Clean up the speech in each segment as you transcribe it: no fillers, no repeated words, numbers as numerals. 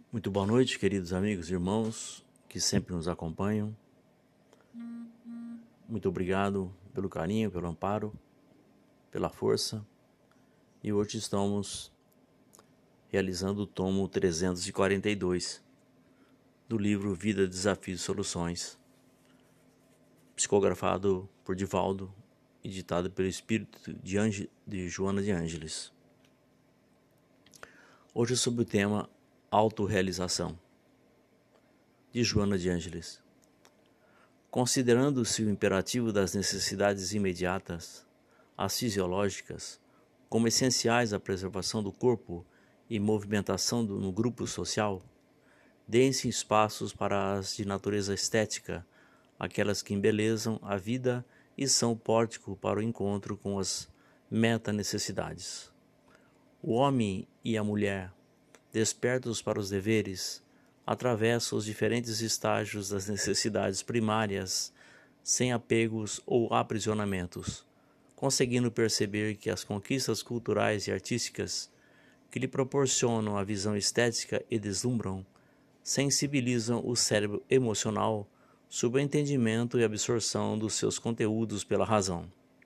Muito boa noite, queridos amigos e irmãos que sempre nos acompanham. Muito obrigado pelo carinho, pelo amparo, pela força. E hoje estamos realizando o tomo 342 do livro Vida, Desafios e Soluções, psicografado por Divaldo e ditado pelo espírito de Joana de Ângeles. Hoje sobre o tema Autorrealização, de Joana de Ângeles. Considerando-se o imperativo das necessidades imediatas, as fisiológicas, como essenciais à preservação do corpo e movimentação no grupo social, deem-se espaços para as de natureza estética, aquelas que embelezam a vida e são pórtico para o encontro com as meta-necessidades. O homem e a mulher, despertos para os deveres, atravessam os diferentes estágios das necessidades primárias, sem apegos ou aprisionamentos, conseguindo perceber que as conquistas culturais e artísticas que lhe proporcionam a visão estética e deslumbram, sensibilizam o cérebro emocional sob o entendimento e absorção dos seus conteúdos pela razão.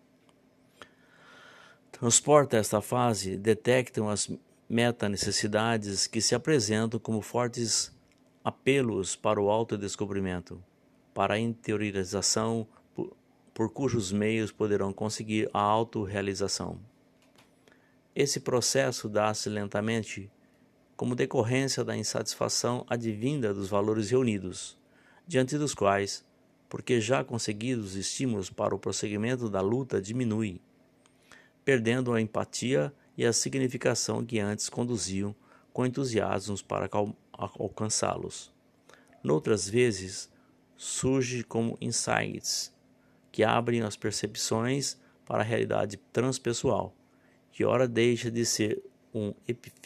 Transporta esta fase, detectam as meta-necessidades que se apresentam como fortes apelos para o autodescobrimento, para a interiorização, por cujos meios poderão conseguir a autorrealização. Esse processo dá-se lentamente como decorrência da insatisfação advinda dos valores reunidos, diante dos quais, porque já conseguidos os estímulos para o prosseguimento da luta diminui, perdendo a empatia e a significação que antes conduziam com entusiasmos para alcançá-los. Noutras vezes, surge como insights, que abrem as percepções para a realidade transpessoal, que ora deixa de ser um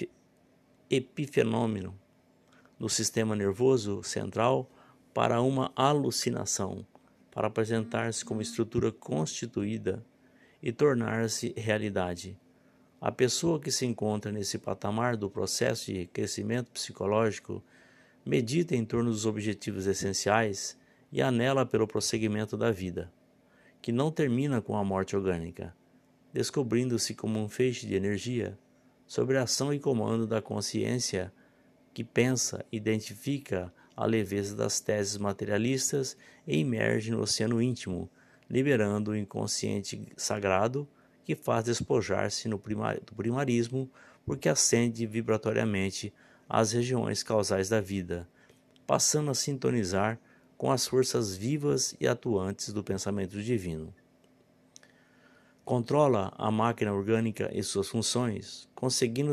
epifenômeno no sistema nervoso central para uma alucinação, para apresentar-se como estrutura constituída e tornar-se realidade. A pessoa que se encontra nesse patamar do processo de crescimento psicológico medita em torno dos objetivos essenciais e anela pelo prosseguimento da vida, que não termina com a morte orgânica, descobrindo-se como um feixe de energia sob a ação e comando da consciência que pensa, identifica a leveza das teses materialistas e emerge no oceano íntimo, liberando o inconsciente sagrado que faz despojar-se do primarismo, porque ascende vibratoriamente às regiões causais da vida, passando a sintonizar com as forças vivas e atuantes do pensamento divino. Controla a máquina orgânica e suas funções, conseguindo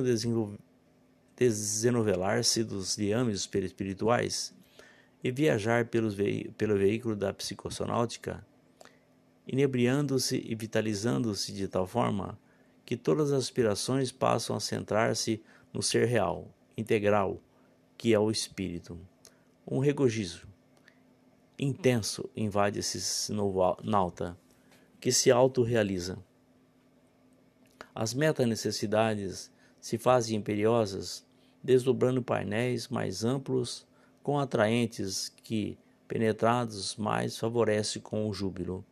desenovelar-se dos liames espirituais e viajar pelo veículo da psicossonáutica, inebriando-se e vitalizando-se de tal forma que todas as aspirações passam a centrar-se no ser real, integral, que é o espírito. Um regozijo intenso invade esse nauta, que se autorrealiza. As meta-necessidades se fazem imperiosas, desdobrando painéis mais amplos com atraentes que, penetrados, mais favorece com o júbilo.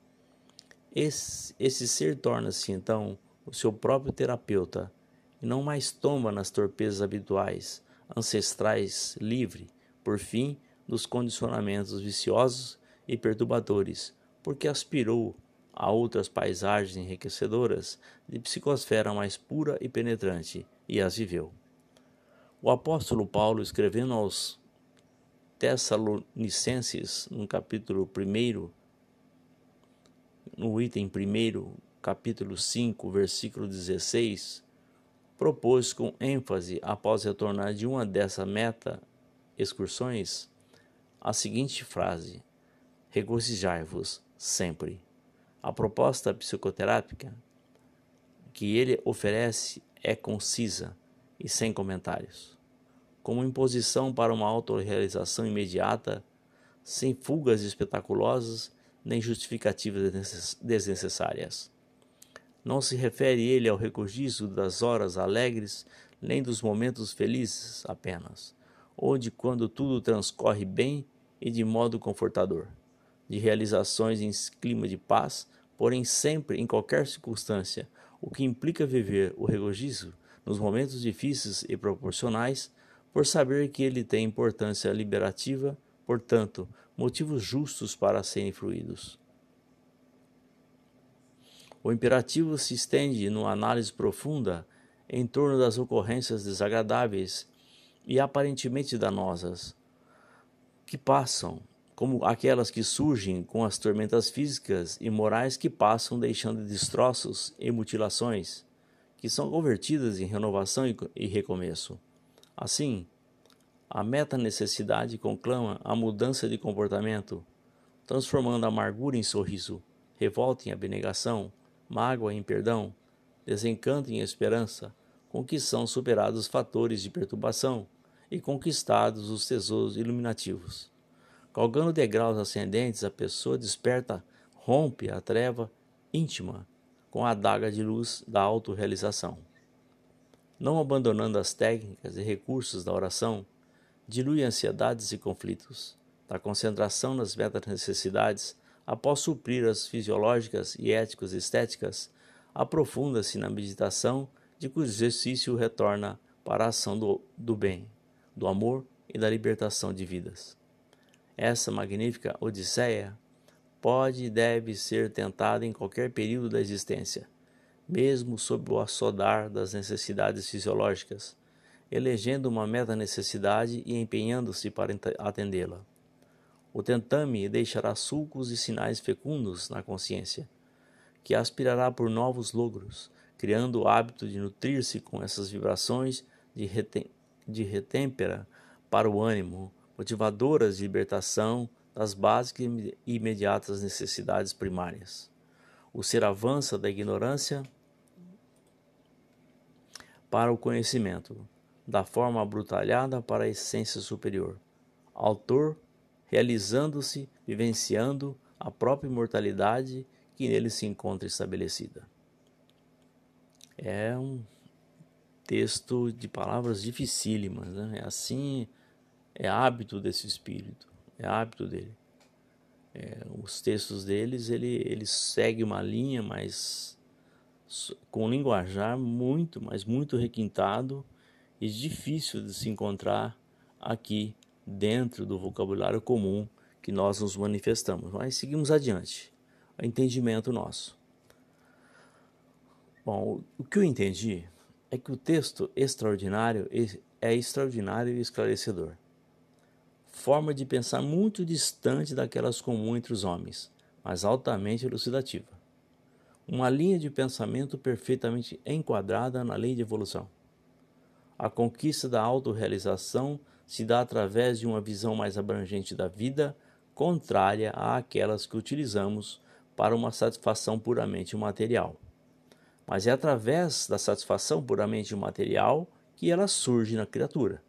Esse ser torna-se, então, o seu próprio terapeuta, e não mais tomba nas torpezas habituais, ancestrais, livre, por fim, dos condicionamentos viciosos e perturbadores, porque aspirou a outras paisagens enriquecedoras de psicosfera mais pura e penetrante, e as viveu. O apóstolo Paulo, escrevendo aos Tessalonicenses, no capítulo 1, no item 1, capítulo 5, versículo 16, propôs com ênfase, após retornar de uma dessas meta-excursões, a seguinte frase: regozijai-vos sempre. A proposta psicoterápica que ele oferece é concisa e sem comentários, como imposição para uma autorrealização imediata, sem fugas espetaculosas nem justificativas desnecessárias. Não se refere ele ao regozijo das horas alegres, nem dos momentos felizes apenas. ou de quando tudo transcorre bem e de modo confortador, de realizações em clima de paz, porém sempre, em qualquer circunstância, o que implica viver o regozijo nos momentos difíceis e proporcionais, por saber que ele tem importância liberativa, portanto, motivos justos para serem fruídos. O imperativo se estende numa análise profunda em torno das ocorrências desagradáveis e aparentemente danosas que passam, como aquelas que surgem com as tormentas físicas e morais que passam deixando destroços e mutilações, que são convertidas em renovação e recomeço. Assim, a meta-necessidade conclama a mudança de comportamento, transformando a amargura em sorriso, revolta em abnegação, mágoa em perdão, desencanto em esperança, com que são superados os fatores de perturbação e conquistados os tesouros iluminativos. Galgando degraus ascendentes, a pessoa desperta, rompe a treva íntima com a adaga de luz da autorrealização. Não abandonando as técnicas e recursos da oração, dilui ansiedades e conflitos, da concentração nas meta-necessidades, após suprir as fisiológicas e éticas estéticas, aprofunda-se na meditação de cujo exercício retorna para a ação do bem, do amor e da libertação de vidas. Essa magnífica odisseia pode e deve ser tentada em qualquer período da existência, mesmo sob o assodar das necessidades fisiológicas, elegendo uma meta-necessidade e empenhando-se para atendê-la. O tentame deixará sulcos e sinais fecundos na consciência, que aspirará por novos logros, criando o hábito de nutrir-se com essas vibrações de retêmpera para o ânimo, motivadoras de libertação das básicas e imediatas necessidades primárias. O ser avança da ignorância para o conhecimento, da forma abrutalhada para a essência superior. Autor, realizando-se, vivenciando a própria imortalidade que nele se encontra estabelecida. É um texto de palavras dificílimas, né? É assim, é hábito desse espírito, é hábito dele. Os textos deles, ele segue uma linha, mas com um linguajar muito, mas muito requintado e difícil de se encontrar aqui dentro do vocabulário comum que nós nos manifestamos. Mas seguimos adiante. O entendimento nosso. Bom, o que eu entendi é que o texto extraordinário é extraordinário e esclarecedor. Forma de pensar muito distante daquelas comuns entre os homens, mas altamente elucidativa. Uma linha de pensamento perfeitamente enquadrada na lei de evolução. A conquista da autorrealização se dá através de uma visão mais abrangente da vida, contrária àquelas que utilizamos para uma satisfação puramente material. Mas é através da satisfação puramente material que ela surge na criatura.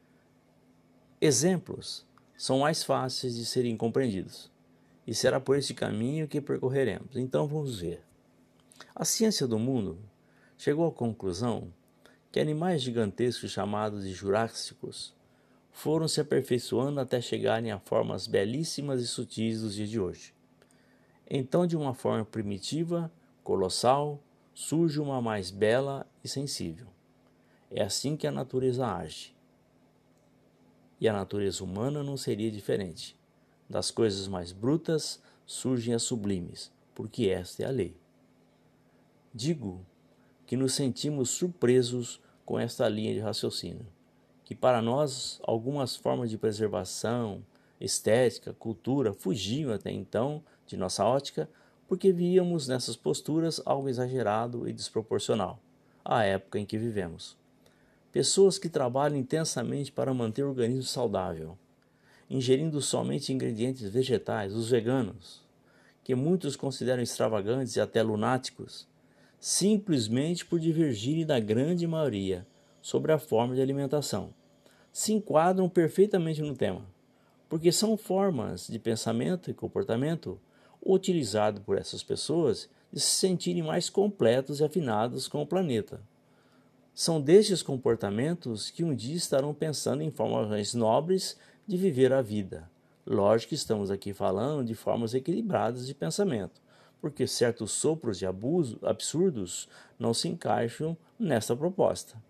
Exemplos são mais fáceis de serem compreendidos, e será por esse caminho que percorreremos. Então vamos ver. A ciência do mundo chegou à conclusão que animais gigantescos chamados de jurássicos foram se aperfeiçoando até chegarem a formas belíssimas e sutis dos dias de hoje. Então, de uma forma primitiva, colossal, surge uma mais bela e sensível. É assim que a natureza age. E a natureza humana não seria diferente. Das coisas mais brutas surgem as sublimes, porque esta é a lei. Digo que nos sentimos surpresos com esta linha de raciocínio, que para nós algumas formas de preservação, estética, cultura fugiam até então de nossa ótica, porque víamos nessas posturas algo exagerado e desproporcional à época em que vivemos. Pessoas que trabalham intensamente para manter o organismo saudável, ingerindo somente ingredientes vegetais, os veganos, que muitos consideram extravagantes e até lunáticos, simplesmente por divergirem da grande maioria sobre a forma de alimentação, se enquadram perfeitamente no tema, porque são formas de pensamento e comportamento utilizadas por essas pessoas de se sentirem mais completos e afinados com o planeta. São destes comportamentos que um dia estarão pensando em formas nobres de viver a vida. Lógico que estamos aqui falando de formas equilibradas de pensamento, porque certos sopros de abuso absurdos não se encaixam nesta proposta.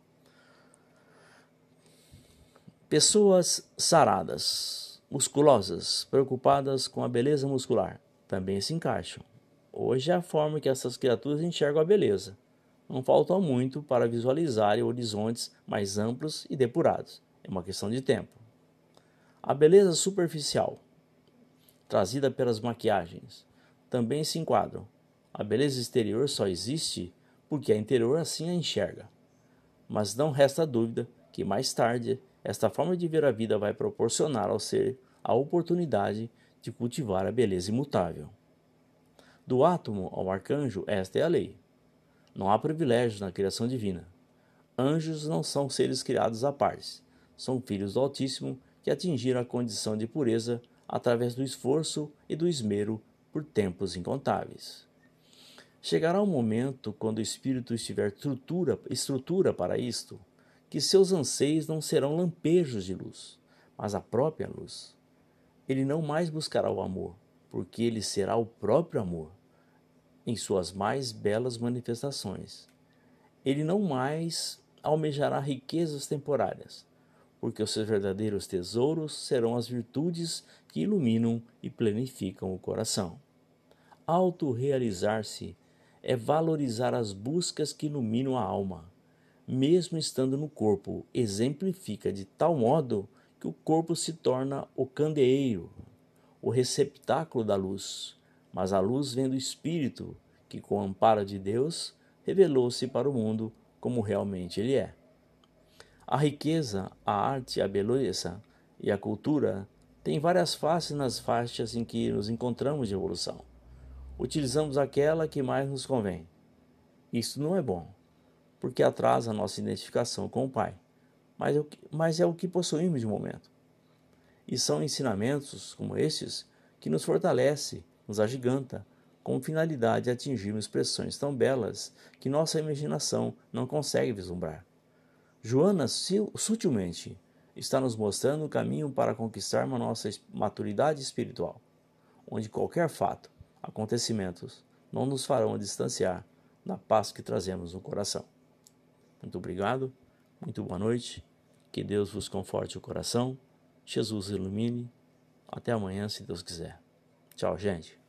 Pessoas saradas, musculosas, preocupadas com a beleza muscular, também se encaixam. Hoje é a forma que essas criaturas enxergam a beleza. Não falta muito para visualizarem horizontes mais amplos e depurados. É uma questão de tempo. A beleza superficial, trazida pelas maquiagens, também se enquadram. A beleza exterior só existe porque a interior assim a enxerga. Mas não resta dúvida que mais tarde esta forma de ver a vida vai proporcionar ao ser a oportunidade de cultivar a beleza imutável. Do átomo ao arcanjo, esta é a lei. Não há privilégios na criação divina. Anjos não são seres criados à parte, são filhos do Altíssimo que atingiram a condição de pureza através do esforço e do esmero por tempos incontáveis. Chegará um momento, quando o espírito estiver estrutura para isto, que seus anseios não serão lampejos de luz, mas a própria luz. Ele não mais buscará o amor, porque ele será o próprio amor, em suas mais belas manifestações. Ele não mais almejará riquezas temporárias, porque os seus verdadeiros tesouros serão as virtudes que iluminam e planificam o coração. Autorrealizar-se é valorizar as buscas que iluminam a alma, mesmo estando no corpo, exemplifica de tal modo que o corpo se torna o candeeiro, o receptáculo da luz, mas a luz vem do Espírito, que com o amparo de Deus revelou-se para o mundo como realmente ele é. A riqueza, a arte, a beleza e a cultura têm várias faces nas faixas em que nos encontramos de evolução. Utilizamos aquela que mais nos convém. Isso não é bom, porque atrasa a nossa identificação com o Pai, mas é o que possuímos de momento. E são ensinamentos como estes que nos fortalece, nos agiganta, com finalidade de atingirmos expressões tão belas que nossa imaginação não consegue vislumbrar. Joana sutilmente está nos mostrando o caminho para conquistarmos a nossa maturidade espiritual, onde qualquer fato, acontecimentos, não nos farão distanciar da paz que trazemos no coração. Muito obrigado, muito boa noite, que Deus vos conforte o coração, Jesus ilumine, até amanhã se Deus quiser. Tchau, gente.